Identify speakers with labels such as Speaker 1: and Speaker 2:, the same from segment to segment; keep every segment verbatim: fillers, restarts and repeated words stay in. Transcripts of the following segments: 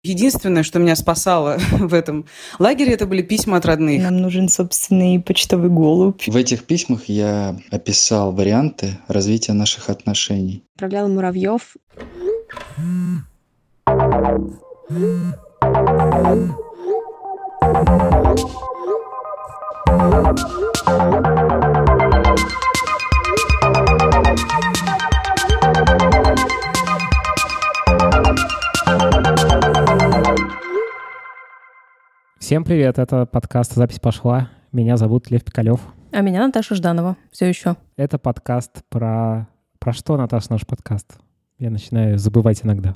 Speaker 1: Единственное, что меня спасало в этом лагере, это были письма от родных.
Speaker 2: Нам нужен собственный почтовый голубь.
Speaker 3: В этих письмах я описал варианты развития наших отношений.
Speaker 4: Отправляла муравьев.
Speaker 5: Всем привет, это подкаст «Запись пошла». Меня зовут Лев Пикалев.
Speaker 6: А меня Наташа Жданова, все еще.
Speaker 5: Это подкаст про... Про что, Наташа, наш подкаст? Я начинаю забывать иногда.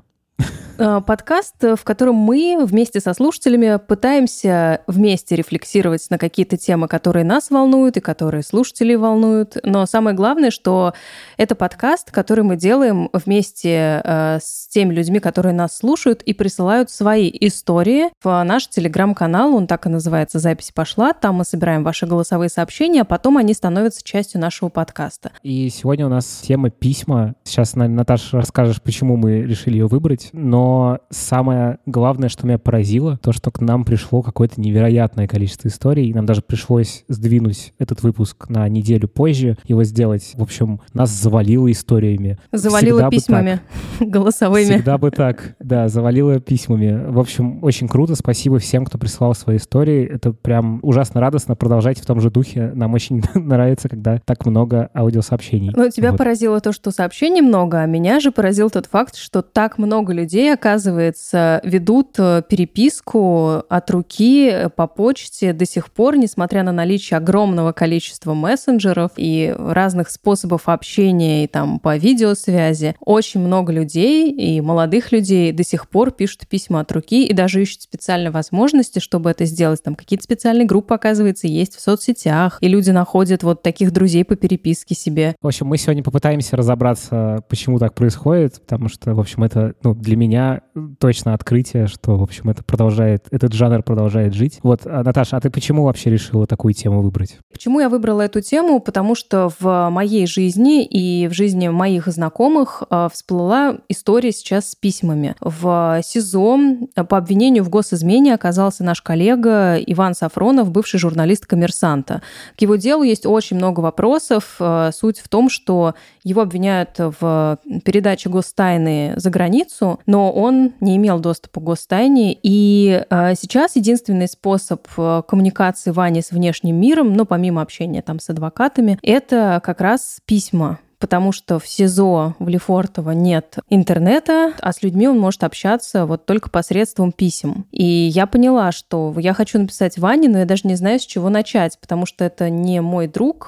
Speaker 6: Подкаст, в котором мы вместе со слушателями пытаемся вместе рефлексировать на какие-то темы, которые нас волнуют и которые слушателей волнуют. Но самое главное, что это подкаст, который мы делаем вместе с теми людьми, которые нас слушают и присылают свои истории в наш телеграм-канал. Он так и называется «Запись пошла». Там мы собираем ваши голосовые сообщения, а потом они становятся частью нашего подкаста.
Speaker 5: И сегодня у нас тема письма. Сейчас, наверное, Наташа, расскажешь, почему мы решили ее выбрать. Но Но самое главное, что меня поразило, то, что к нам пришло какое-то невероятное количество историй. Нам даже пришлось сдвинуть этот выпуск на неделю позже, его сделать. В общем, нас завалило историями.
Speaker 6: Завалило Всегда письмами голосовыми.
Speaker 5: Всегда бы так, да, завалило письмами. В общем, очень круто. Спасибо всем, кто присылал свои истории. Это прям ужасно радостно. Продолжайте в том же духе. Нам очень нравится, когда так много аудиосообщений.
Speaker 6: Но тебя
Speaker 5: вот.
Speaker 6: Поразило то, что сообщений много, а меня же поразил тот факт, что так много людей, оказывается, ведут переписку от руки по почте до сих пор, несмотря на наличие огромного количества мессенджеров и разных способов общения и там по видеосвязи. Очень много людей и молодых людей до сих пор пишут письма от руки и даже ищут специальные возможности, чтобы это сделать. Там какие-то специальные группы, оказывается, есть в соцсетях, и люди находят вот таких друзей по переписке себе.
Speaker 5: В общем, мы сегодня попытаемся разобраться, почему так происходит, потому что, в общем, это ну, для меня точно открытие, что, в общем, это продолжает, этот жанр продолжает жить. Вот, а, Наташа, а ты почему вообще решила такую тему выбрать?
Speaker 6: Почему я выбрала эту тему? Потому что в моей жизни и в жизни моих знакомых э, всплыла история сейчас с письмами. В СИЗО по обвинению в госизмене оказался наш коллега Иван Сафронов, бывший журналист «Коммерсанта». К его делу есть очень много вопросов. Э, суть в том, что его обвиняют в передаче гостайны за границу, но он не имел доступа к гостайне. И э, сейчас единственный способ коммуникации Вани с внешним миром, ну, помимо общения там с адвокатами, это как раз письма. Потому что в СИЗО в Лефортово нет интернета, а с людьми он может общаться вот только посредством писем. И я поняла, что я хочу написать Ване, но я даже не знаю, с чего начать, потому что это не мой друг,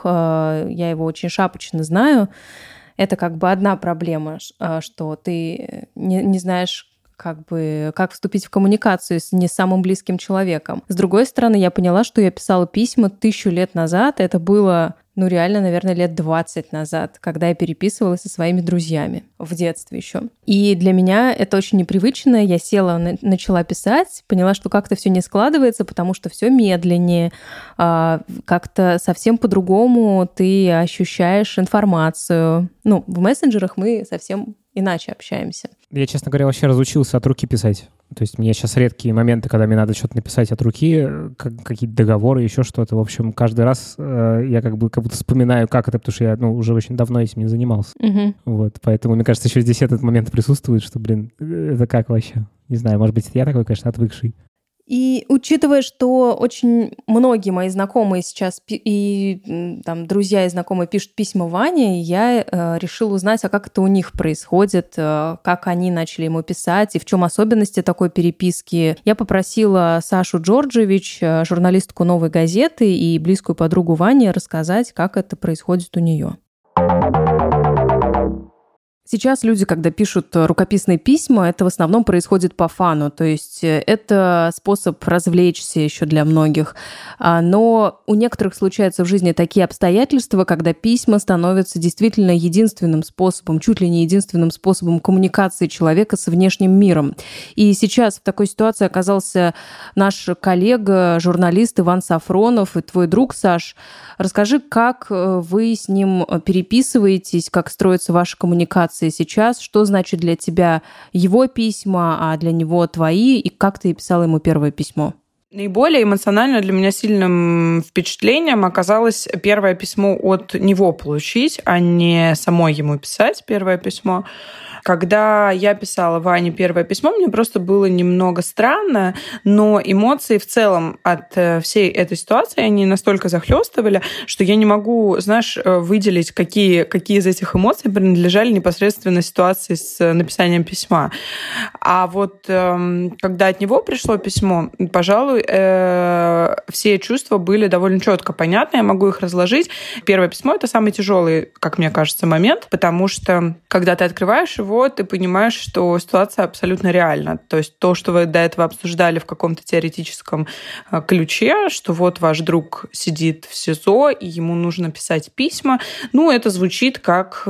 Speaker 6: я его очень шапочно знаю. Это как бы одна проблема, что ты не, не знаешь, как бы, как вступить в коммуникацию с не самым близким человеком. С другой стороны, я поняла, что я писала письма тысячу лет назад. Это было, ну, реально, наверное, лет двадцать назад, когда я переписывалась со своими друзьями в детстве еще. И для меня это очень непривычно. Я села, начала писать, поняла, что как-то все не складывается, потому что все медленнее, как-то совсем по-другому ты ощущаешь информацию. Ну, в мессенджерах мы совсем иначе общаемся.
Speaker 5: Я, честно говоря, вообще разучился от руки писать. То есть мне сейчас редкие моменты, когда мне надо что-то написать от руки, как, какие-то договоры, еще что-то. В общем, каждый раз э, я как бы как будто вспоминаю, как это, потому что я ну, уже очень давно этим не занимался.
Speaker 6: Угу.
Speaker 5: Вот, поэтому, мне кажется, еще здесь этот момент присутствует, что, блин, это как вообще? Не знаю, может быть, я такой, конечно, отвыкший.
Speaker 6: И учитывая, что очень многие мои знакомые сейчас и там, друзья и знакомые пишут письма Ване, я э, решила узнать, а как это у них происходит, э, как они начали ему писать и в чем особенности такой переписки. Я попросила Сашу Джорджевич, журналистку «Новой газеты» и близкую подругу Вани, рассказать, как это происходит у нее. Сейчас люди, когда пишут рукописные письма, это в основном происходит по фану, то есть это способ развлечься еще для многих. Но у некоторых случаются в жизни такие обстоятельства, когда письма становятся действительно единственным способом, чуть ли не единственным способом коммуникации человека с внешним миром. И сейчас в такой ситуации оказался наш коллега, журналист Иван Сафронов и твой друг, Саш. Расскажи, как вы с ним переписываетесь, как строится ваша коммуникация ситуации сейчас? Что значит для тебя его письма, а для него твои? И как ты писала ему первое письмо?
Speaker 1: Наиболее эмоционально для меня сильным впечатлением оказалось первое письмо от него получить, а не самой ему писать первое письмо. Когда я писала Ване первое письмо, мне просто было немного странно, но эмоции в целом от всей этой ситуации, они настолько захлестывали, что я не могу, знаешь, выделить, какие, какие из этих эмоций принадлежали непосредственно ситуации с написанием письма. А вот когда от него пришло письмо, пожалуй, все чувства были довольно четко понятны, я могу их разложить. Первое письмо — это самый тяжелый, как мне кажется, момент, потому что когда ты открываешь его, ты понимаешь, что ситуация абсолютно реальна. То есть то, что вы до этого обсуждали в каком-то теоретическом ключе, что вот ваш друг сидит в СИЗО, и ему нужно писать письма, ну, это звучит как...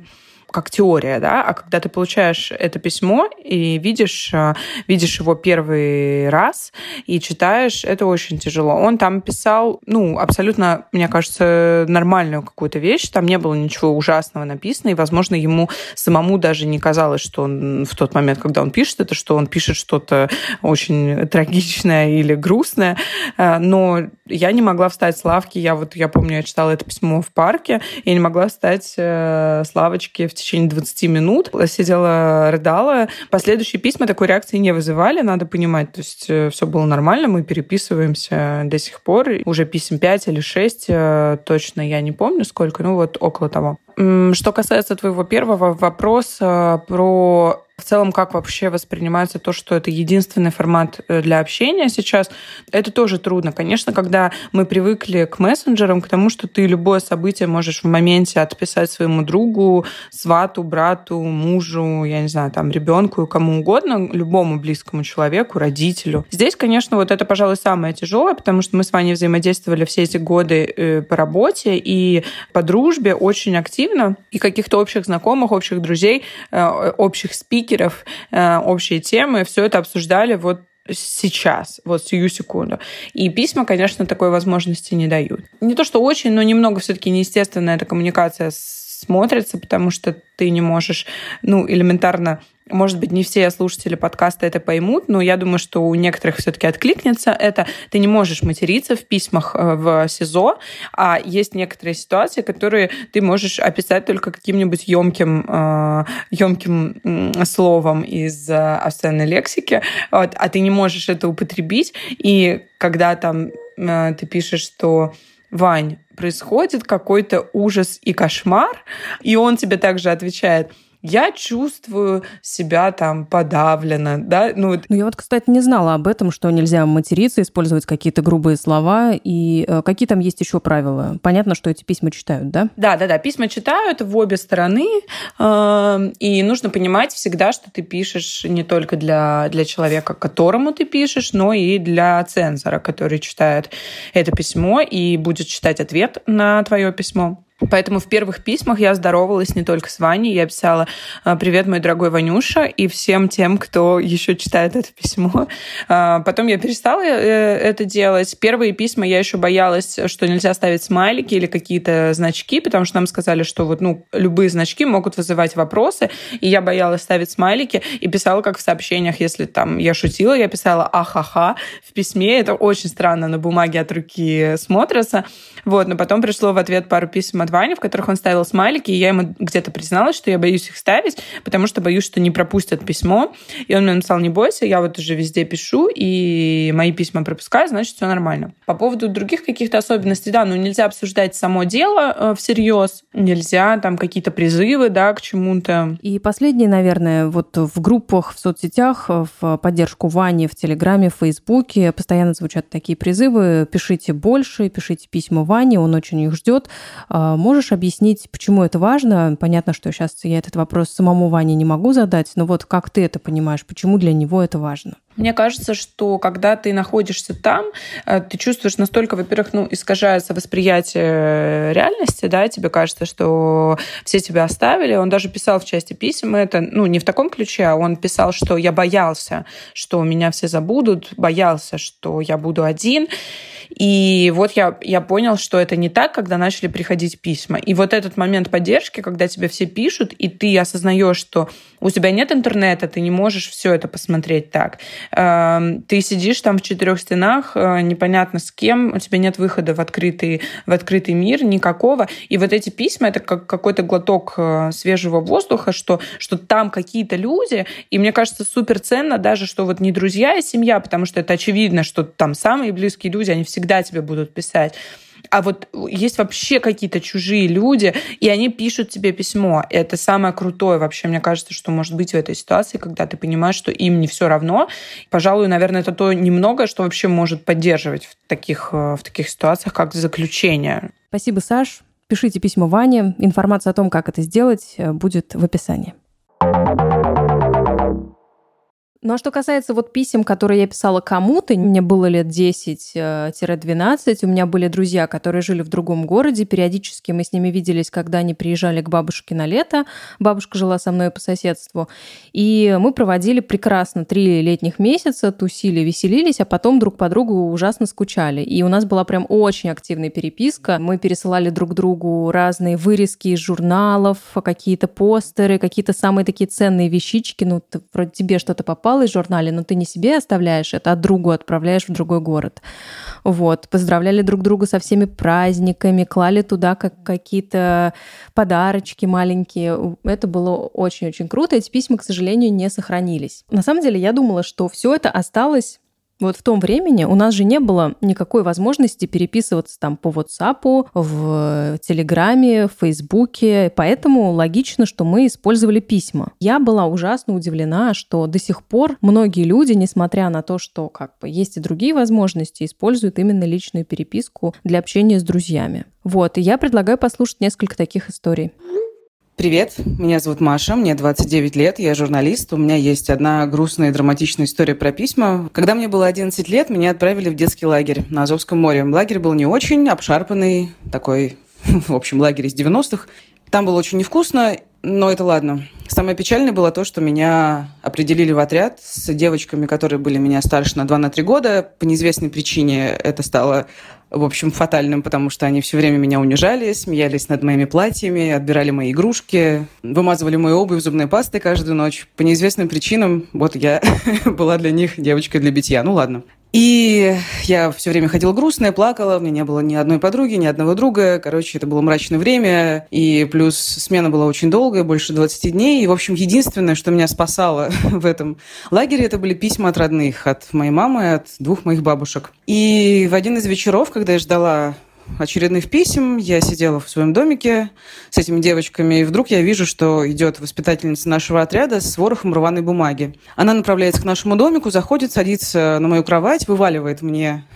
Speaker 1: как теория, да, а когда ты получаешь это письмо и видишь, видишь его первый раз и читаешь, это очень тяжело. Он там писал, ну, абсолютно, мне кажется, нормальную какую-то вещь, там не было ничего ужасного написано, и, возможно, ему самому даже не казалось, что он в тот момент, когда он пишет это, что он пишет что-то очень трагичное или грустное, но я не могла встать с лавки, я вот, я помню, я читала это письмо в парке, я не могла встать с лавочки в течение двадцати минут, сидела, рыдала. Последующие письма такой реакции не вызывали, надо понимать. То есть все было нормально, мы переписываемся до сих пор. Уже писем пять или шесть, точно я не помню сколько, ну вот около того. Что касается твоего первого вопроса про в целом, как вообще воспринимается то, что это единственный формат для общения сейчас, это тоже трудно. Конечно, когда мы привыкли к мессенджерам, к тому, что ты любое событие можешь в моменте отписать своему другу, свату, брату, мужу, я не знаю, там, ребенку, кому угодно, любому близкому человеку, родителю. Здесь, конечно, вот это, пожалуй, самое тяжелое, потому что мы с Ваней взаимодействовали все эти годы по работе и по дружбе очень активно, и каких-то общих знакомых, общих друзей, общих спикеров, общие темы, все это обсуждали вот сейчас, вот сию секунду. И письма, конечно, такой возможности не дают. Не то, что очень, но немного все-таки неестественно эта коммуникация смотрится, потому что ты не можешь, ну, элементарно, может быть, не все слушатели подкаста это поймут, но я думаю, что у некоторых все-таки откликнется это. Ты не можешь материться в письмах в СИЗО, а есть некоторые ситуации, которые ты можешь описать только каким-нибудь емким, емким словом из обсценной лексики, вот, а ты не можешь это употребить. И когда там ты пишешь, что «Вань, происходит какой-то ужас и кошмар», и он тебе также отвечает: я чувствую себя там подавленно, да. Ну,
Speaker 6: ну, я вот, кстати, не знала об этом, что нельзя материться, использовать какие-то грубые слова. И э, какие там есть еще правила? Понятно, что эти письма читают, да?
Speaker 1: Да, да, да. Письма читают в обе стороны. Э, и нужно понимать всегда, что ты пишешь не только для, для человека, которому ты пишешь, но и для цензора, который читает это письмо и будет читать ответ на твое письмо. Поэтому в первых письмах я здоровалась не только с Ваней, я писала «Привет, мой дорогой Ванюша» и всем тем, кто еще читает это письмо. Потом я перестала это делать. Первые письма я еще боялась, что нельзя ставить смайлики или какие-то значки, потому что нам сказали, что вот, ну, любые значки могут вызывать вопросы, и я боялась ставить смайлики и писала, как в сообщениях, если там я шутила, я писала «ахаха» в письме. Это очень странно на бумаге от руки смотрится. Вот, но потом пришло в ответ пару писем от Вани, в которых он ставил смайлики, и я ему где-то призналась, что я боюсь их ставить, потому что боюсь, что не пропустят письмо. И он мне написал: не бойся, я вот уже везде пишу, и мои письма пропускаю, значит, все нормально. По поводу других каких-то особенностей, да, ну нельзя обсуждать само дело всерьез, нельзя там какие-то призывы, да, к чему-то.
Speaker 6: И последнее, наверное, вот в группах, в соцсетях, в поддержку Вани, в Телеграме, в Фейсбуке постоянно звучат такие призывы: пишите больше, пишите письма Ване, он очень их ждет. Можешь объяснить, почему это важно? Понятно, что сейчас я этот вопрос самому Ване не могу задать, но вот как ты это понимаешь, почему для него это важно?
Speaker 1: Мне кажется, что когда ты находишься там, ты чувствуешь настолько, во-первых, ну, искажается восприятие реальности, да, тебе кажется, что все тебя оставили. Он даже писал в части писем это, ну, не в таком ключе, а он писал, что я боялся, что меня все забудут, боялся, что я буду один. И вот я, я понял, что это не так, когда начали приходить письма. И вот этот момент поддержки, когда тебе все пишут, и ты осознаешь, что у тебя нет интернета, ты не можешь все это посмотреть так. Ты сидишь там в четырех стенах, непонятно с кем, у тебя нет выхода в открытый, в открытый мир никакого. И вот эти письма — это как какой-то глоток свежего воздуха, что, что там какие-то люди, и мне кажется, супер ценно даже, что вот не друзья и семья, потому что это очевидно, что там самые близкие люди, они всегда тебе будут писать. А вот есть вообще какие-то чужие люди, и они пишут тебе письмо. И это самое крутое вообще, мне кажется, что может быть в этой ситуации, когда ты понимаешь, что им не все равно. Пожалуй, наверное, это то немногое, что вообще может поддерживать в таких, в таких ситуациях, как заключение.
Speaker 6: Спасибо, Саш. Пишите письма Ване. Информация о том, как это сделать, будет в описании. Ну а что касается вот писем, которые я писала кому-то, мне было лет десять-двенадцать, у меня были друзья, которые жили в другом городе, периодически мы с ними виделись, когда они приезжали к бабушке на лето, бабушка жила со мной по соседству, и мы проводили прекрасно три летних месяца, тусили, веселились, а потом друг по другу ужасно скучали. И у нас была прям очень активная переписка, мы пересылали друг другу разные вырезки из журналов, какие-то постеры, какие-то самые такие ценные вещички, ну, вроде тебе что-то попало из журнале, но ты не себе оставляешь это, а другу отправляешь в другой город. Вот. Поздравляли друг друга со всеми праздниками, клали туда как какие-то подарочки маленькие. Это было очень-очень круто. Эти письма, к сожалению, не сохранились. На самом деле, я думала, что все это осталось. Вот в том времени у нас же не было никакой возможности переписываться там по WhatsApp, в Телеграме, в Фейсбуке, поэтому логично, что мы использовали письма. Я была ужасно удивлена, что до сих пор многие люди, несмотря на то, что как бы есть и другие возможности, используют именно личную переписку для общения с друзьями. Вот, и я предлагаю послушать несколько таких историй.
Speaker 4: Привет, меня зовут Маша, мне двадцать девять лет, я журналист. У меня есть одна грустная и драматичная история про письма. Когда мне было одиннадцать лет, меня отправили в детский лагерь на Азовском море. Лагерь был не очень обшарпанный, такой, в общем, лагерь из девяностых. Там было очень невкусно, но это ладно. Самое печальное было то, что меня определили в отряд с девочками, которые были меня старше на два-три года. По неизвестной причине это стало, в общем, фатальным, потому что они все время меня унижали, смеялись над моими платьями, отбирали мои игрушки, вымазывали мою обувь зубной пастой каждую ночь. По неизвестным причинам вот я была для них девочкой для битья. Ну ладно. И я все время ходила грустная, плакала, у меня не было ни одной подруги, ни одного друга. Короче, это было мрачное время, и плюс смена была очень долгая, больше двадцати дней. И, в общем, единственное, что меня спасало в этом лагере, это были письма от родных, от моей мамы, от двух моих бабушек. И в один из вечеров, когда я ждала очередных писем, я сидела в своем домике с этими девочками, и вдруг я вижу, что идет воспитательница нашего отряда с ворохом рваной бумаги. Она направляется к нашему домику, заходит, садится на мою кровать, вываливает мне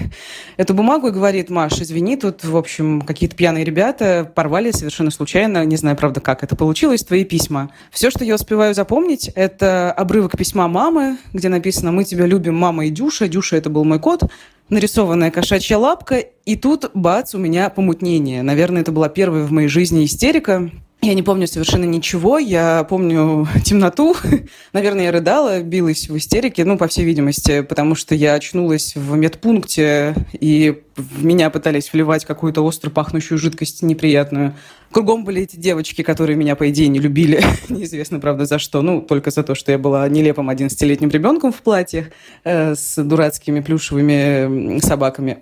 Speaker 4: эту бумагу и говорит: «Маш, извини, тут, в общем, какие-то пьяные ребята порвали совершенно случайно, не знаю, правда, как это получилось, твои письма». Все, что я успеваю запомнить, это обрывок письма мамы, где написано: «Мы тебя любим, мама и Дюша». Дюша — это был мой кот. Нарисованная кошачья лапка, и тут, бац, у меня помутнение. Наверное, это была первая в моей жизни истерика. Я не помню совершенно ничего, я помню темноту. Наверное, я рыдала, билась в истерике, ну, по всей видимости, потому что я очнулась в медпункте, и в меня пытались вливать какую-то остро пахнущую жидкость неприятную. Кругом были эти девочки, которые меня, по идее, не любили. Неизвестно, правда, за что. Ну, только за то, что я была нелепым одиннадцатилетним ребенком в платьях э, с дурацкими плюшевыми собаками.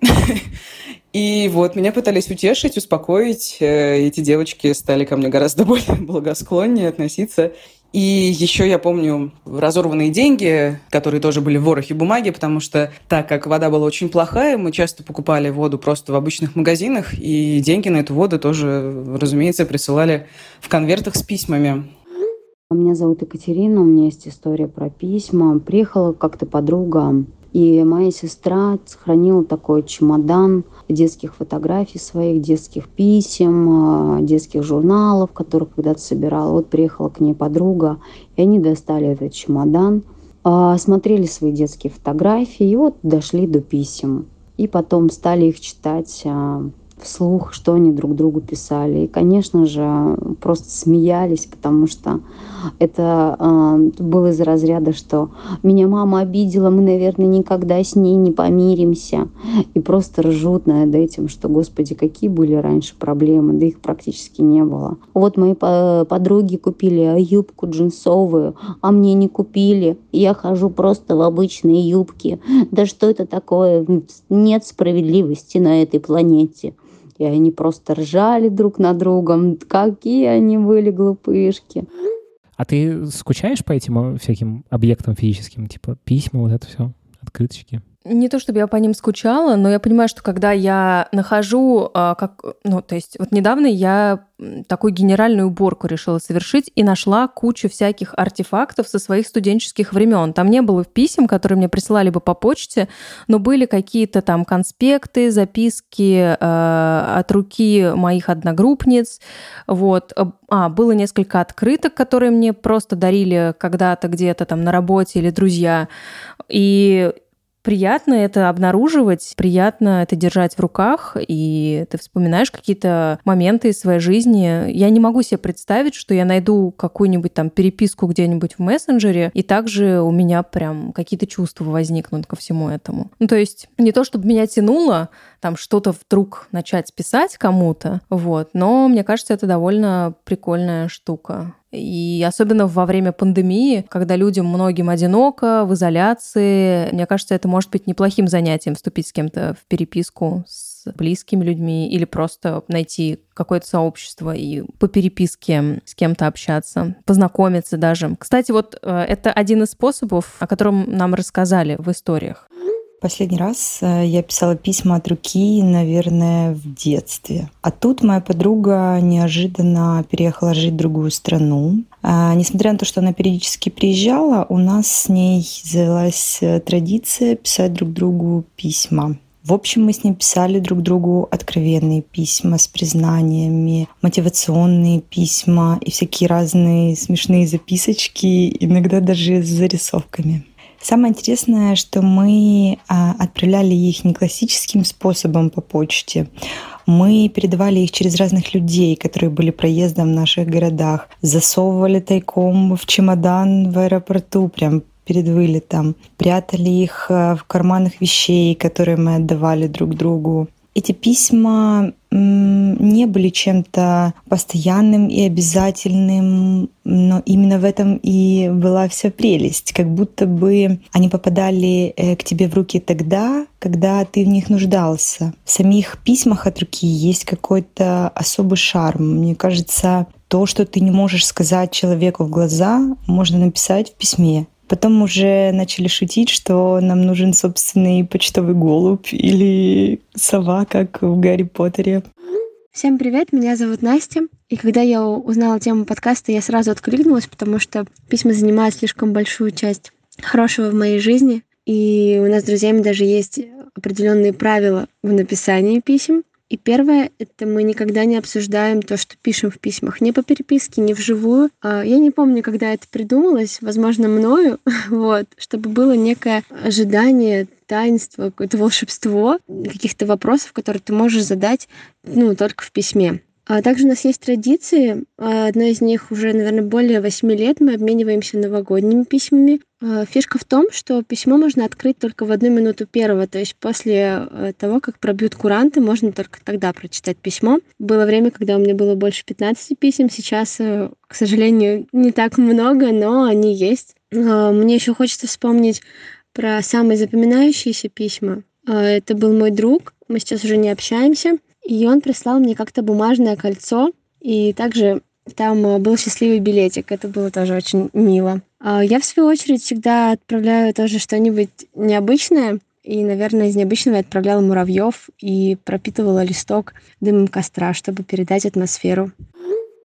Speaker 4: И вот меня пытались утешить, успокоить. Эти девочки стали ко мне гораздо более благосклоннее относиться. И еще я помню разорванные деньги, которые тоже были в ворохе бумаги, потому что, так как вода была очень плохая, мы часто покупали воду просто в обычных магазинах, и деньги на эту воду тоже, разумеется, присылали в конвертах с письмами.
Speaker 7: Меня зовут Екатерина, у меня есть история про письма. Приехала как-то подруга, и моя сестра сохранила такой чемодан детских фотографий своих, детских писем, детских журналов, которые когда-то собирала. Вот приехала к ней подруга, и они достали этот чемодан, смотрели свои детские фотографии, и вот дошли до писем. И потом стали их читать вслух, что они друг другу писали. И, конечно же, просто смеялись, потому что это э, было из разряда, что меня мама обидела, мы, наверное, никогда с ней не помиримся. И просто ржут над этим, что, господи, какие были раньше проблемы, да их практически не было. Вот мои подруги купили юбку джинсовую, а мне не купили. Я хожу просто в обычные юбки. Да что это такое? Нет справедливости на этой планете. И они просто ржали друг над другом. Какие они были глупышки.
Speaker 5: А ты скучаешь по этим всяким объектам физическим, типа письма, вот это все, открыточки?
Speaker 6: Не то чтобы я по ним скучала, но я понимаю, что когда я нахожу, как, ну, то есть вот недавно я такую генеральную уборку решила совершить и нашла кучу всяких артефактов со своих студенческих времен. Там не было писем, которые мне присылали бы по почте, но были какие-то там конспекты, записки э, от руки моих одногруппниц. Вот. А, было несколько открыток, которые мне просто дарили когда-то где-то там на работе или друзья. И приятно это обнаруживать, приятно это держать в руках, и ты вспоминаешь какие-то моменты из своей жизни. Я не могу себе представить, что я найду какую-нибудь там переписку где-нибудь в мессенджере, и также у меня прям какие-то чувства возникнут ко всему этому. Ну, то есть не то, чтобы меня тянуло там что-то вдруг начать писать кому-то, вот, но мне кажется, это довольно прикольная штука. И особенно во время пандемии, когда людям многим одиноко, в изоляции, мне кажется, это может быть неплохим занятием вступить с кем-то в переписку с близкими людьми или просто найти какое-то сообщество и по переписке с кем-то общаться, познакомиться даже. Кстати, вот это один из способов, о котором нам рассказали в историях.
Speaker 2: Последний раз я писала письма от руки, наверное, в детстве. А тут моя подруга неожиданно переехала жить в другую страну. А, несмотря на то, что она периодически приезжала, у нас с ней завелась традиция писать друг другу письма. В общем, мы с ней писали друг другу откровенные письма с признаниями, мотивационные письма и всякие разные смешные записочки, иногда даже с зарисовками. Самое интересное, что мы а, отправляли их не классическим способом по почте. Мы передавали их через разных людей, которые были проездом в наших городах. Засовывали тайком в чемодан в аэропорту, прям перед вылетом. Прятали их в карманах вещей, которые мы отдавали друг другу. Эти письма не были чем-то постоянным и обязательным, но именно в этом и была вся прелесть. Как будто бы они попадали к тебе в руки тогда, когда ты в них нуждался. В самих письмах от руки есть какой-то особый шарм. Мне кажется, то, что ты не можешь сказать человеку в глаза, можно написать в письме. Потом уже начали шутить, что нам нужен собственный почтовый голубь или сова, как в Гарри Поттере.
Speaker 8: Всем привет, меня зовут Настя. И когда я узнала тему подкаста, я сразу откликнулась, потому что письма занимают слишком большую часть хорошего в моей жизни. И у нас с друзьями даже есть определенные правила в написании писем. И первое — это мы никогда не обсуждаем то, что пишем в письмах. Ни по переписке, ни вживую. Я не помню, когда это придумалось, возможно, мною, вот, чтобы было некое ожидание, таинство, какое-то волшебство, каких-то вопросов, которые ты можешь задать, ну, только в письме. А также у нас есть традиции. Одна из них уже, наверное, более восьми лет. Мы обмениваемся новогодними письмами. Фишка в том, что письмо можно открыть только в одну минуту первого. То есть после того, как пробьют куранты, можно только тогда прочитать письмо. Было время, когда у меня было больше пятнадцати писем. Сейчас, к сожалению, не так много, но они есть. Мне еще хочется вспомнить про самые запоминающиеся письма. Это был мой друг. Мы сейчас уже не общаемся. И он прислал мне как-то бумажное кольцо, и также там был счастливый билетик. Это было тоже очень мило. Я, в свою очередь, всегда отправляю тоже что-нибудь необычное. И, наверное, из необычного я отправляла муравьев и пропитывала листок дымом костра, чтобы передать атмосферу.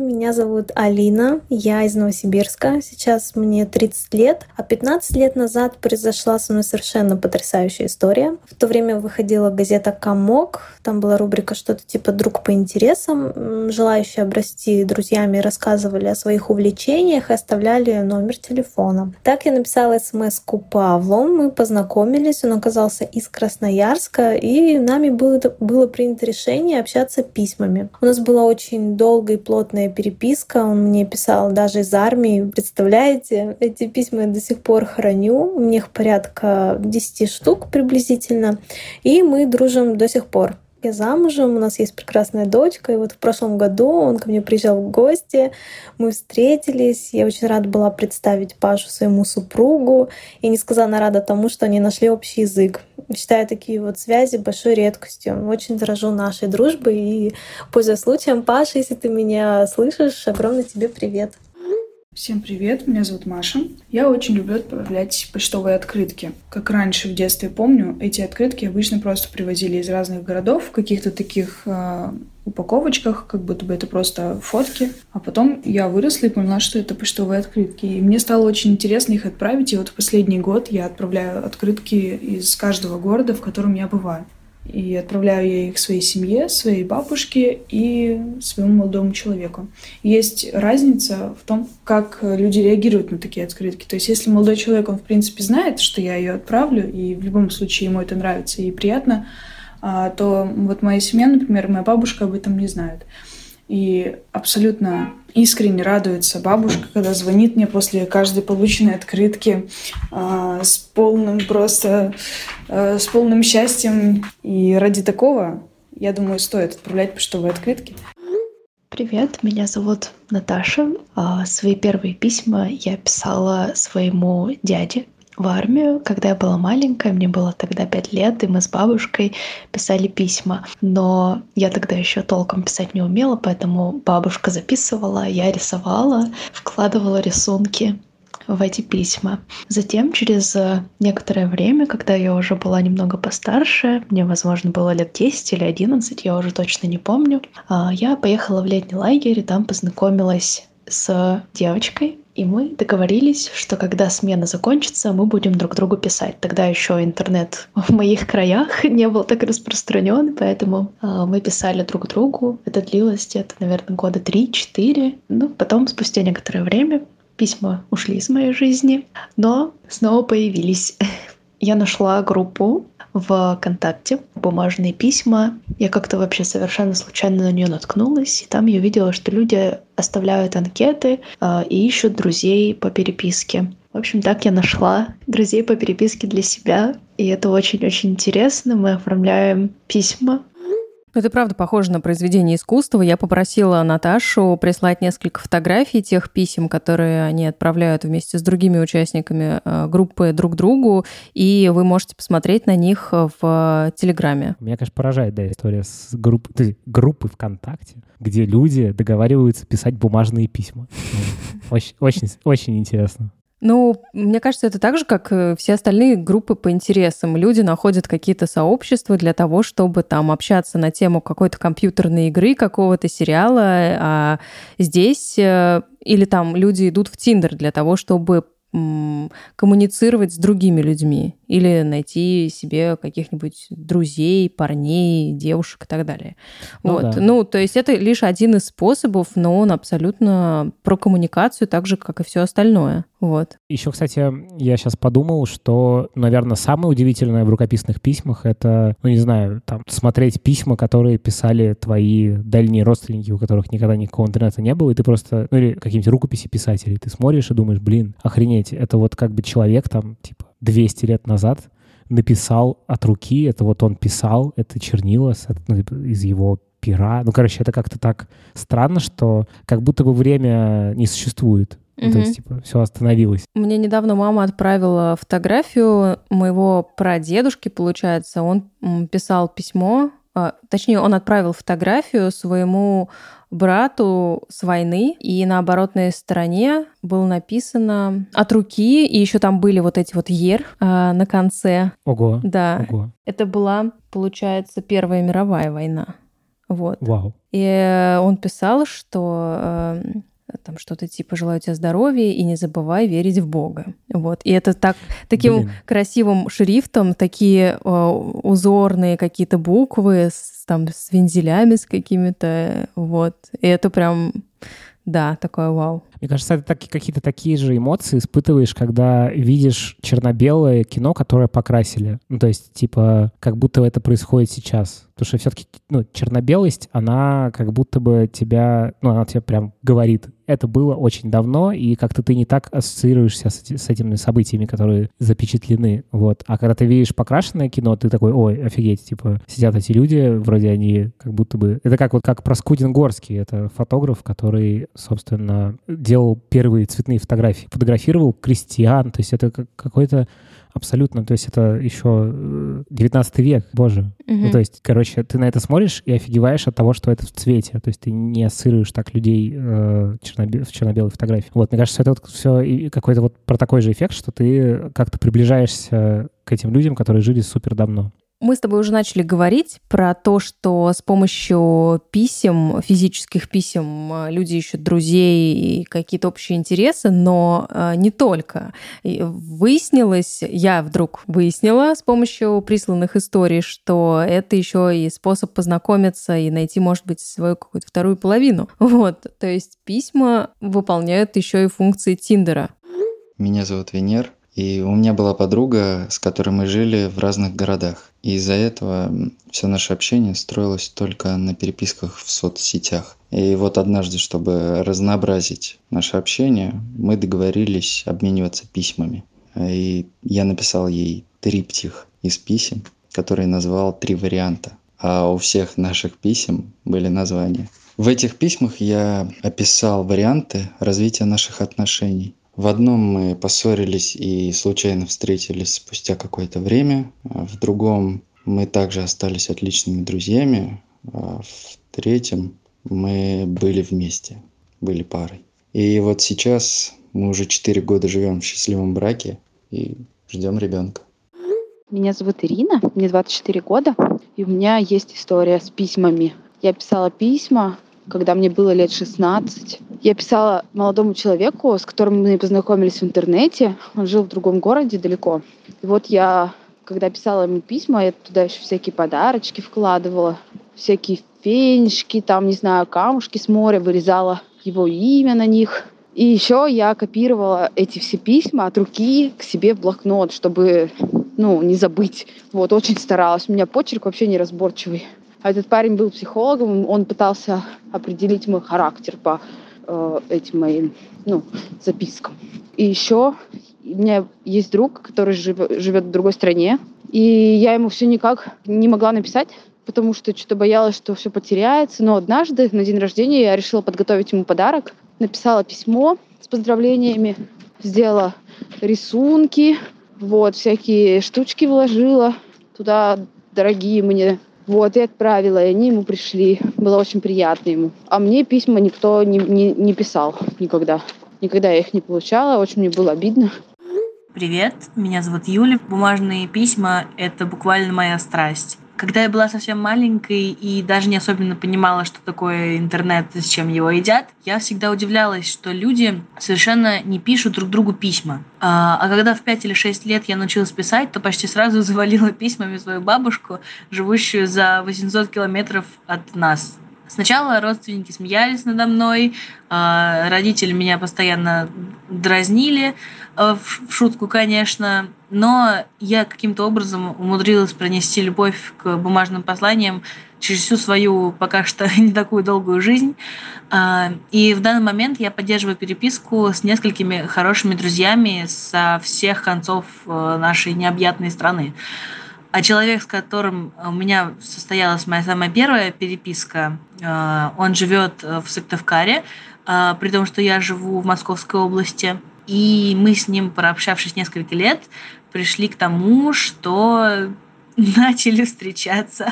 Speaker 9: Меня зовут Алина, я из Новосибирска, сейчас мне тридцать лет, а пятнадцать лет назад произошла со мной совершенно потрясающая история. В то время выходила газета «Комок», там была рубрика что-то типа «Друг по интересам». Желающие обрасти друзьями рассказывали о своих увлечениях и оставляли номер телефона. Так я написала смс-ку Павлу, мы познакомились, он оказался из Красноярска, и нами было, было принято решение общаться письмами. У нас была очень долгая и плотная переписка, он мне писал даже из армии. Представляете, эти письма я до сих пор храню, у меня их порядка десять штук приблизительно, и мы дружим до сих пор. Я замужем, у нас есть прекрасная дочка, и вот в прошлом году он ко мне приезжал в гости, мы встретились, я очень рада была представить Пашу своему супругу, и несказанно рада тому, что они нашли общий язык. Считаю такие вот связи большой редкостью. Очень дорожу нашей дружбой, и, пользуясь случаем, Паша, если ты меня слышишь, огромный тебе привет.
Speaker 10: Всем привет, меня зовут Маша. Я очень люблю отправлять почтовые открытки. Как раньше в детстве помню, эти открытки обычно просто привозили из разных городов в каких-то таких э, упаковочках, как будто бы это просто фотки. А потом я выросла и поняла, что это почтовые открытки. И мне стало очень интересно их отправить. И вот в последний год я отправляю открытки из каждого города, в котором я бываю. И отправляю я их своей семье, своей бабушке и своему молодому человеку. Есть разница в том, как люди реагируют на такие открытки. То есть если молодой человек, он в принципе знает, что я ее отправлю, и в любом случае ему это нравится и приятно, то вот моя семья, например, моя бабушка об этом не знает. И абсолютно искренне радуется бабушка, когда звонит мне после каждой полученной открытки э, с полным просто, э, с полным счастьем. И ради такого, я думаю, стоит отправлять почтовые открытки.
Speaker 11: Привет, меня зовут Наташа. Свои первые письма я писала своему дяде в армию. Когда я была маленькая, мне было тогда пять лет, и мы с бабушкой писали письма. Но я тогда еще толком писать не умела, поэтому бабушка записывала, я рисовала, вкладывала рисунки в эти письма. Затем, через некоторое время, когда я уже была немного постарше, мне, возможно, было лет десять или одиннадцать, я уже точно не помню, я поехала в летний лагерь, и там познакомилась с девочкой. И мы договорились, что когда смена закончится, мы будем друг другу писать. Тогда еще интернет в моих краях не был так распространен, поэтому э, мы писали друг другу. Это длилось где-то, наверное, года три-четыре. Ну, потом, спустя некоторое время, письма ушли из моей жизни, но снова появились. Я нашла группу в ВКонтакте «Бумажные письма». Я как-то вообще совершенно случайно на нее наткнулась, и там я видела, что люди оставляют анкеты э, и ищут друзей по переписке. В общем, так я нашла друзей по переписке для себя, и это очень-очень интересно. Мы оформляем письма.
Speaker 6: Это правда похоже на произведение искусства. Я попросила Наташу прислать несколько фотографий тех писем, которые они отправляют вместе с другими участниками группы друг другу, и вы можете посмотреть на них в Телеграме.
Speaker 5: Меня, конечно, поражает, да, история с групп... группы ВКонтакте, где люди договариваются писать бумажные письма. Очень, очень, очень интересно.
Speaker 6: Ну, мне кажется, это так же, как все остальные группы по интересам. Люди находят какие-то сообщества для того, чтобы там общаться на тему какой-то компьютерной игры, какого-то сериала, а здесь или там люди идут в Тиндер для того, чтобы коммуницировать с другими людьми или найти себе каких-нибудь друзей, парней, девушек и так далее. Ну, вот. Да. Ну, то есть это лишь один из способов, но он абсолютно про коммуникацию, так же, как и все остальное. Вот.
Speaker 5: Еще, кстати, я сейчас подумал, что, наверное, самое удивительное в рукописных письмах — это, ну, не знаю, там, смотреть письма, которые писали твои дальние родственники, у которых никогда никакого интернета не было, и ты просто, ну, или какие-нибудь рукописи писателей, ты смотришь и думаешь, блин, охренеть, это вот как бы человек там, типа, двести лет назад написал от руки, это вот он писал, это чернила ну, из его пера. Ну, короче, это как-то так странно, что как будто бы время не существует.
Speaker 6: Mm-hmm.
Speaker 5: То есть, типа, все остановилось.
Speaker 6: Мне недавно мама отправила фотографию моего прадедушки, получается. Он писал письмо, точнее, он отправил фотографию своему брату с войны, и на оборотной стороне было написано от руки, и еще там были вот эти вот ер а, на конце.
Speaker 5: Ого.
Speaker 6: Да.
Speaker 5: Ого.
Speaker 6: Это была, получается, Первая мировая война. Вот.
Speaker 5: Вау.
Speaker 6: И он писал, что э, там что-то типа «желаю тебе здоровья и не забывай верить в Бога». Вот. И это так, таким
Speaker 5: Блин.
Speaker 6: красивым шрифтом, такие э, узорные какие-то буквы с, там, с вензелями с какими-то. Вот. И это прям, да, такое вау.
Speaker 5: Мне кажется, это так, какие-то такие же эмоции испытываешь, когда видишь черно-белое кино, которое покрасили. Ну, то есть, типа, как будто это происходит сейчас. Потому что все-таки, ну, черно-белость, она как будто бы тебя, ну, она тебе прям говорит, это было очень давно, и как-то ты не так ассоциируешься с, с этими событиями, которые запечатлены, вот. А когда ты видишь покрашенное кино, ты такой, ой, офигеть, типа, сидят эти люди, вроде они как будто бы... Это как вот как Проскудин Горский, это фотограф, который, собственно, делал первые цветные фотографии, фотографировал крестьян, то есть это какой-то абсолютно, то есть это еще девятнадцатый век, боже.
Speaker 6: Угу.
Speaker 5: Ну, то есть, короче, ты на это смотришь и офигеваешь от того, что это в цвете, то есть ты не ассоциируешь так людей э, чернобе- в черно-белой фотографии. Вот, мне кажется, это вот все какой-то вот про такой же эффект, что ты как-то приближаешься к этим людям, которые жили супер давно.
Speaker 6: Мы с тобой уже начали говорить про то, что с помощью писем, физических писем, люди ищут друзей и какие-то общие интересы, но не только. И выяснилось, я вдруг выяснила с помощью присланных историй, что это еще и способ познакомиться и найти, может быть, свою какую-то вторую половину. Вот, то есть письма выполняют еще и функции Тиндера.
Speaker 3: Меня зовут Венер. И у меня была подруга, с которой мы жили в разных городах. И из-за этого все наше общение строилось только на переписках в соцсетях. И вот однажды, чтобы разнообразить наше общение, мы договорились обмениваться письмами. И я написал ей триптих из писем, который назвал «Три варианта». А у всех наших писем были названия. В этих письмах я описал варианты развития наших отношений. В одном мы поссорились и случайно встретились спустя какое-то время, а в другом мы также остались отличными друзьями, а в третьем мы были вместе, были парой. И вот сейчас мы уже четыре года живем в счастливом браке и ждем ребенка.
Speaker 12: Меня зовут Ирина, мне двадцать четыре года, и у меня есть история с письмами. Я писала письма, когда мне было лет шестнадцать. Я писала молодому человеку, с которым мы познакомились в интернете. Он жил в другом городе далеко. И вот я, когда писала ему письма, я туда еще всякие подарочки вкладывала, всякие фенечки, там, не знаю, камушки с моря, вырезала его имя на них. И еще я копировала эти все письма от руки к себе в блокнот, чтобы, ну, не забыть. Вот, очень старалась. У меня почерк вообще неразборчивый. А этот парень был психологом, он пытался определить мой характер по э, этим моим, ну, запискам. И еще у меня есть друг, который жив, живет в другой стране, и я ему все никак не могла написать, потому что что-то боялась, что все потеряется. Но однажды на день рождения я решила подготовить ему подарок, написала письмо с поздравлениями, сделала рисунки, вот, всякие штучки вложила туда, дорогие мне. Вот, и отправила, и они ему пришли. Было очень приятно ему. А мне письма никто не, не, не писал никогда. Никогда я их не получала, очень мне было обидно.
Speaker 13: Привет, меня зовут Юля. Бумажные письма — это буквально моя страсть. Когда я была совсем маленькой и даже не особенно понимала, что такое интернет и с чем его едят, я всегда удивлялась, что люди совершенно не пишут друг другу письма. А когда в пять или шесть лет я научилась писать, то почти сразу завалила письмами свою бабушку, живущую за восемьсот километров от нас. Сначала родственники смеялись надо мной, родители меня постоянно дразнили, в шутку, конечно, но я каким-то образом умудрилась пронести любовь к бумажным посланиям через всю свою пока что не такую долгую жизнь. И в данный момент я поддерживаю переписку с несколькими хорошими друзьями со всех концов нашей необъятной страны. А человек, с которым у меня состоялась моя самая первая переписка, он живет в Сыктывкаре, при том, что я живу в Московской области. И мы с ним, прообщавшись несколько лет, пришли к тому, что начали встречаться.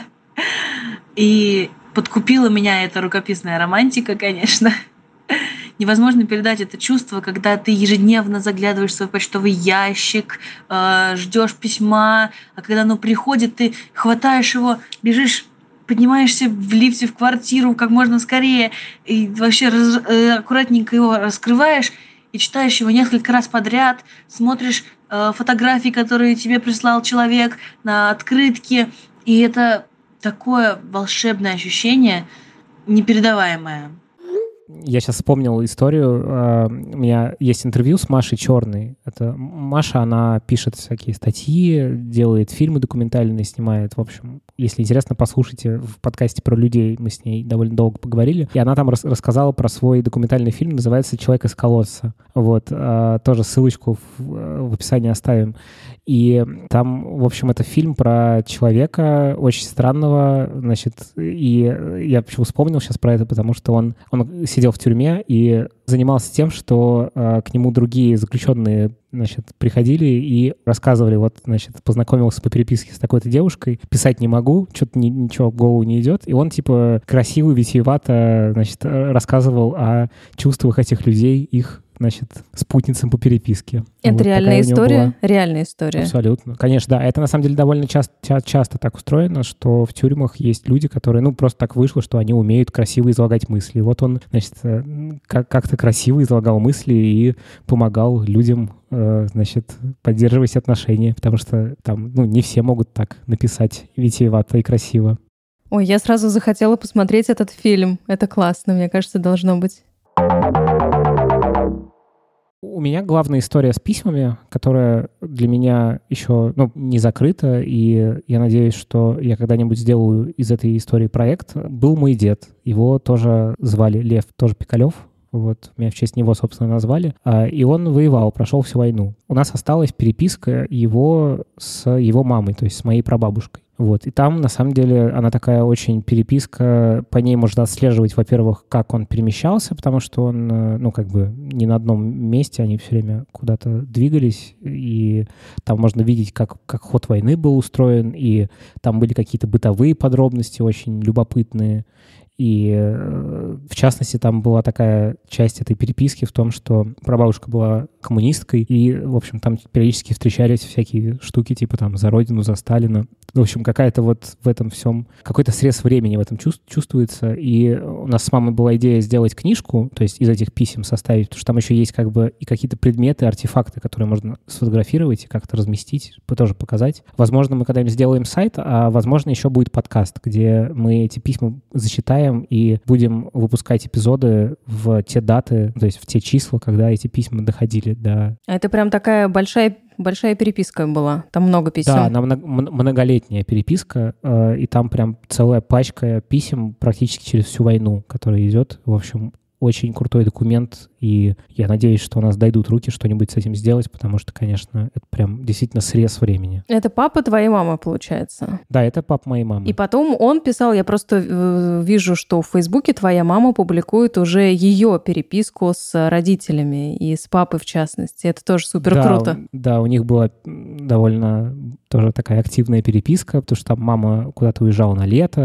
Speaker 13: И подкупила меня эта рукописная романтика, конечно. Невозможно передать это чувство, когда ты ежедневно заглядываешь в свой почтовый ящик, э, ждешь письма, а когда оно приходит, ты хватаешь его, бежишь, поднимаешься в лифте в квартиру как можно скорее и вообще раз, э, аккуратненько его раскрываешь и читаешь его несколько раз подряд, смотришь э, фотографии, которые тебе прислал человек на открытке, и это такое волшебное ощущение, непередаваемое.
Speaker 5: Я сейчас вспомнил историю. У меня есть интервью с Машей Черной. Это Маша, она пишет всякие статьи, делает фильмы документальные, снимает. В общем, если интересно, послушайте в подкасте про людей. Мы с ней довольно долго поговорили. И она там рас- рассказала про свой документальный фильм, называется «Человек из колодца». Вот. Тоже ссылочку в, в описании оставим. И там, в общем, это фильм про человека очень странного, значит, и я почему вспомнил сейчас про это, потому что он, он сидел в тюрьме и занимался тем, что э, к нему другие заключенные, значит, приходили и рассказывали, вот, значит, познакомился по переписке с такой-то девушкой, писать не могу, что-то ни, ничего в голову не идет, и он, типа, красиво, витиевато, значит, рассказывал о чувствах этих людей, их, значит, спутницам по переписке.
Speaker 6: Это
Speaker 5: вот
Speaker 6: реальная история?
Speaker 5: Была...
Speaker 6: Реальная история.
Speaker 5: Абсолютно. Конечно, да. Это, на самом деле, довольно часто, часто так устроено, что в тюрьмах есть люди, которые, ну, просто так вышло, что они умеют красиво излагать мысли. Вот он, значит, как-то красиво излагал мысли и помогал людям, значит, поддерживать отношения, потому что там, ну, не все могут так написать витиевато и красиво.
Speaker 6: Ой, я сразу захотела посмотреть этот фильм. Это классно, мне кажется, должно быть.
Speaker 5: У меня главная история с письмами, которая для меня еще, ну, не закрыта, и я надеюсь, что я когда-нибудь сделаю из этой истории проект, был мой дед. Его тоже звали Лев, тоже Пикалев. Вот, меня в честь него, собственно, назвали. И он воевал, прошел всю войну. У нас осталась переписка его с его мамой, то есть с моей прабабушкой. Вот. И там, на самом деле, она такая очень переписка. По ней можно отслеживать, во-первых, как он перемещался, потому что он, ну, как бы не на одном месте, они все время куда-то двигались. И там можно видеть, как, как ход войны был устроен. И там были какие-то бытовые подробности очень любопытные. И, в частности, там была такая часть этой переписки в том, что прабабушка была коммунисткой, и, в общем, там периодически встречались всякие штуки, типа там «За Родину», «За Сталина». В общем, какая-то вот в этом всем, какой-то срез времени в этом чувствуется. И у нас с мамой была идея сделать книжку, то есть из этих писем составить, потому что там еще есть как бы и какие-то предметы, артефакты, которые можно сфотографировать и как-то разместить, тоже показать. Возможно, мы когда-нибудь сделаем сайт, а возможно, еще будет подкаст, где мы эти письма зачитаем и будем выпускать эпизоды в те даты, то есть в те числа, когда эти письма доходили до...
Speaker 6: А это прям такая большая, большая переписка была? Там много писем?
Speaker 5: Да, она многолетняя переписка, и там прям целая пачка писем практически через всю войну, которая идет. В общем, очень крутой документ, и я надеюсь, что у нас дойдут руки что-нибудь с этим сделать, потому что, конечно, это прям действительно срез времени.
Speaker 6: Это папа твоей мамы, получается?
Speaker 5: Да, это папа моей мамы.
Speaker 6: И потом он писал, я просто э, вижу, что в Фейсбуке твоя мама публикует уже ее переписку с родителями, и с папой в частности. Это тоже супер
Speaker 5: да,
Speaker 6: круто.
Speaker 5: Да, у них была довольно тоже такая активная переписка, потому что там мама куда-то уезжала на лето,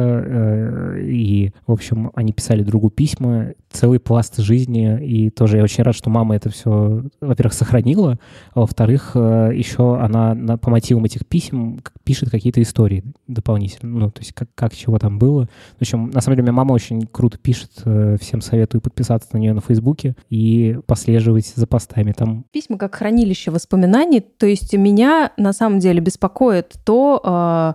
Speaker 5: э, и, в общем, они писали другу письма, целый пласт жизни, и тоже я очень рад, что мама это все, во-первых, сохранила, а во-вторых, еще она на, по мотивам этих писем пишет какие-то истории дополнительно, ну, то есть как, как чего там было. В общем, на самом деле, моя мама очень круто пишет, всем советую подписаться на нее на Фейсбуке и послеживать за постами там.
Speaker 6: Письма как хранилище воспоминаний, то есть меня на самом деле беспокоит то,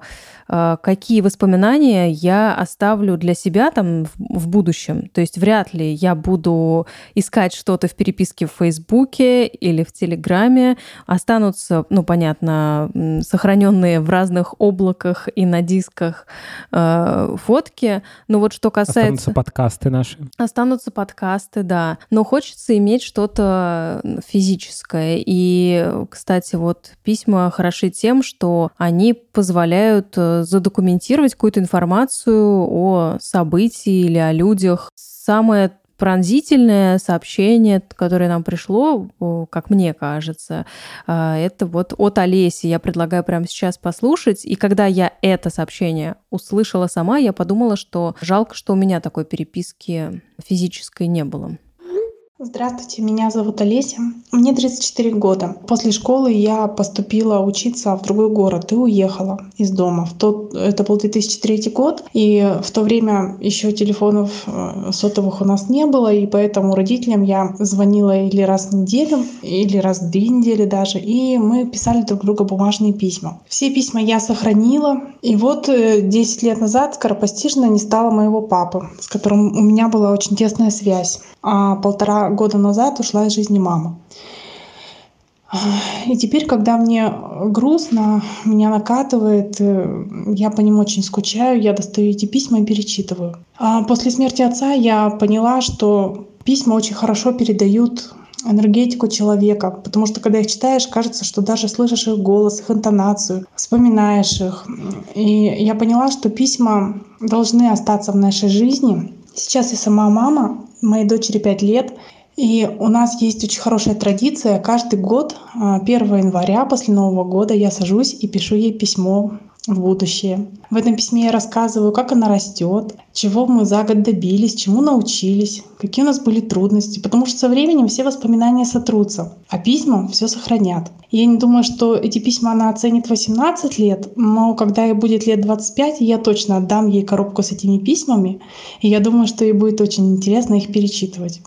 Speaker 6: какие воспоминания я оставлю для себя там в, в будущем. То есть вряд ли я буду искать что-то в переписке в Фейсбуке или в Телеграме. Останутся, ну, понятно, сохраненные в разных облаках и на дисках э, фотки. Но вот что касается...
Speaker 5: Останутся подкасты наши.
Speaker 6: Останутся подкасты, да. Но хочется иметь что-то физическое. И, кстати, вот письма хороши тем, что они позволяют задокументировать какую-то информацию о событии или о людях. Самое пронзительное сообщение, которое нам пришло, как мне кажется, это вот от Олеси. Я предлагаю прямо сейчас послушать. И когда я это сообщение услышала сама, я подумала, что жалко, что у меня такой переписки физической не было.
Speaker 14: Здравствуйте, меня зовут Олеся. Мне тридцать четыре года. После школы я поступила учиться в другой город и уехала из дома. В тот, это был две тысячи третий год, и в то время еще телефонов сотовых у нас не было, и поэтому родителям я звонила или раз в неделю, или раз в две недели даже, и мы писали друг другу бумажные письма. Все письма я сохранила, и вот десять лет назад скоропостижно не стало моего папы, с которым у меня была очень тесная связь. А полтора года назад ушла из жизни мама. И теперь, когда мне грустно, меня накатывает, я по ним очень скучаю, я достаю эти письма и перечитываю. А после смерти отца я поняла, что письма очень хорошо передают энергетику человека, потому что когда их читаешь, кажется, что даже слышишь их голос, их интонацию, вспоминаешь их. И я поняла, что письма должны остаться в нашей жизни. Сейчас я сама мама, моей дочери пять лет, и у нас есть очень хорошая традиция. Каждый год, первого января, после Нового года, я сажусь и пишу ей письмо в будущее. В этом письме я рассказываю, как она растет, чего мы за год добились, чему научились, какие у нас были трудности, потому что со временем все воспоминания сотрутся, а письма все сохранят. Я не думаю, что эти письма она оценит восемнадцать лет, но когда ей будет лет двадцать пять, я точно отдам ей коробку с этими письмами, и я думаю, что ей будет очень интересно их перечитывать.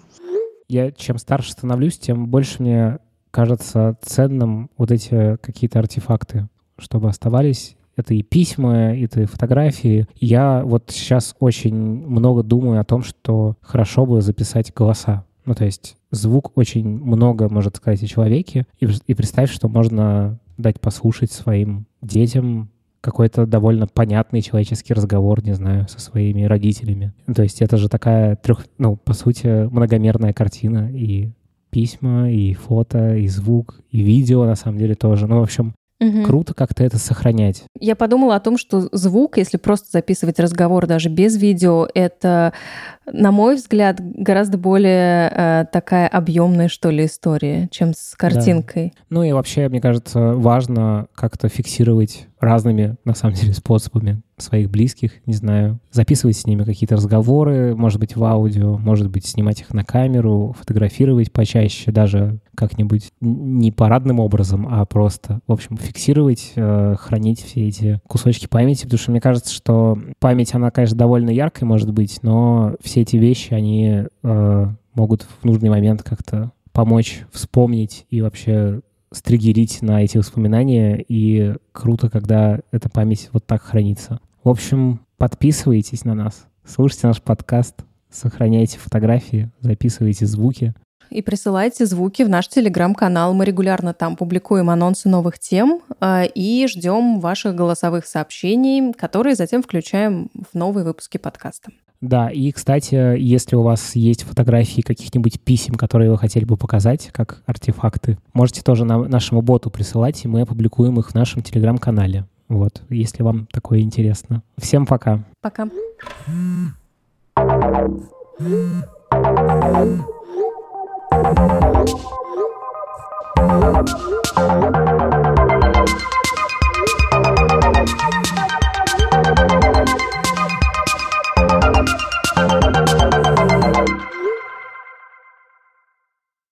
Speaker 5: Я чем старше становлюсь, тем больше мне кажется ценным вот эти какие-то артефакты, чтобы оставались. Это и письма, это и фотографии. Я вот сейчас очень много думаю о том, что хорошо бы записать голоса. Ну, то есть звук очень много может сказать о человеке. И, и представь, что можно дать послушать своим детям какой-то довольно понятный человеческий разговор, не знаю, со своими родителями. То есть это же такая трех, ну, по сути, многомерная картина. И письма, и фото, и звук, и видео, на самом деле, тоже. Ну, в общем, Угу. круто как-то это сохранять.
Speaker 6: Я подумала о том, что звук, если просто записывать разговор даже без видео, это, на мой взгляд, гораздо более э, такая объемная, что ли, история, чем с картинкой.
Speaker 5: Да. Ну и вообще, мне кажется, важно как-то фиксировать разными, на самом деле, способами своих близких, не знаю, записывать с ними какие-то разговоры, может быть, в аудио, может быть, снимать их на камеру, фотографировать почаще, даже как-нибудь не парадным образом, а просто, в общем, фиксировать, э, хранить все эти кусочки памяти, потому что мне кажется, что память, она, конечно, довольно яркой может быть, но все эти вещи, они э, могут в нужный момент как-то помочь вспомнить и вообще стригерить на эти воспоминания, и круто, когда эта память вот так хранится. В общем, подписывайтесь на нас, слушайте наш подкаст, сохраняйте фотографии, записывайте звуки.
Speaker 6: И присылайте звуки в наш телеграм-канал. Мы регулярно там публикуем анонсы новых тем э, и ждем ваших голосовых сообщений, которые затем включаем в новые выпуски подкаста.
Speaker 5: Да, и, кстати, если у вас есть фотографии каких-нибудь писем, которые вы хотели бы показать, как артефакты, можете тоже на нашему боту присылать, и мы опубликуем их в нашем телеграм-канале. Вот, если вам такое интересно. Всем пока.
Speaker 6: Пока.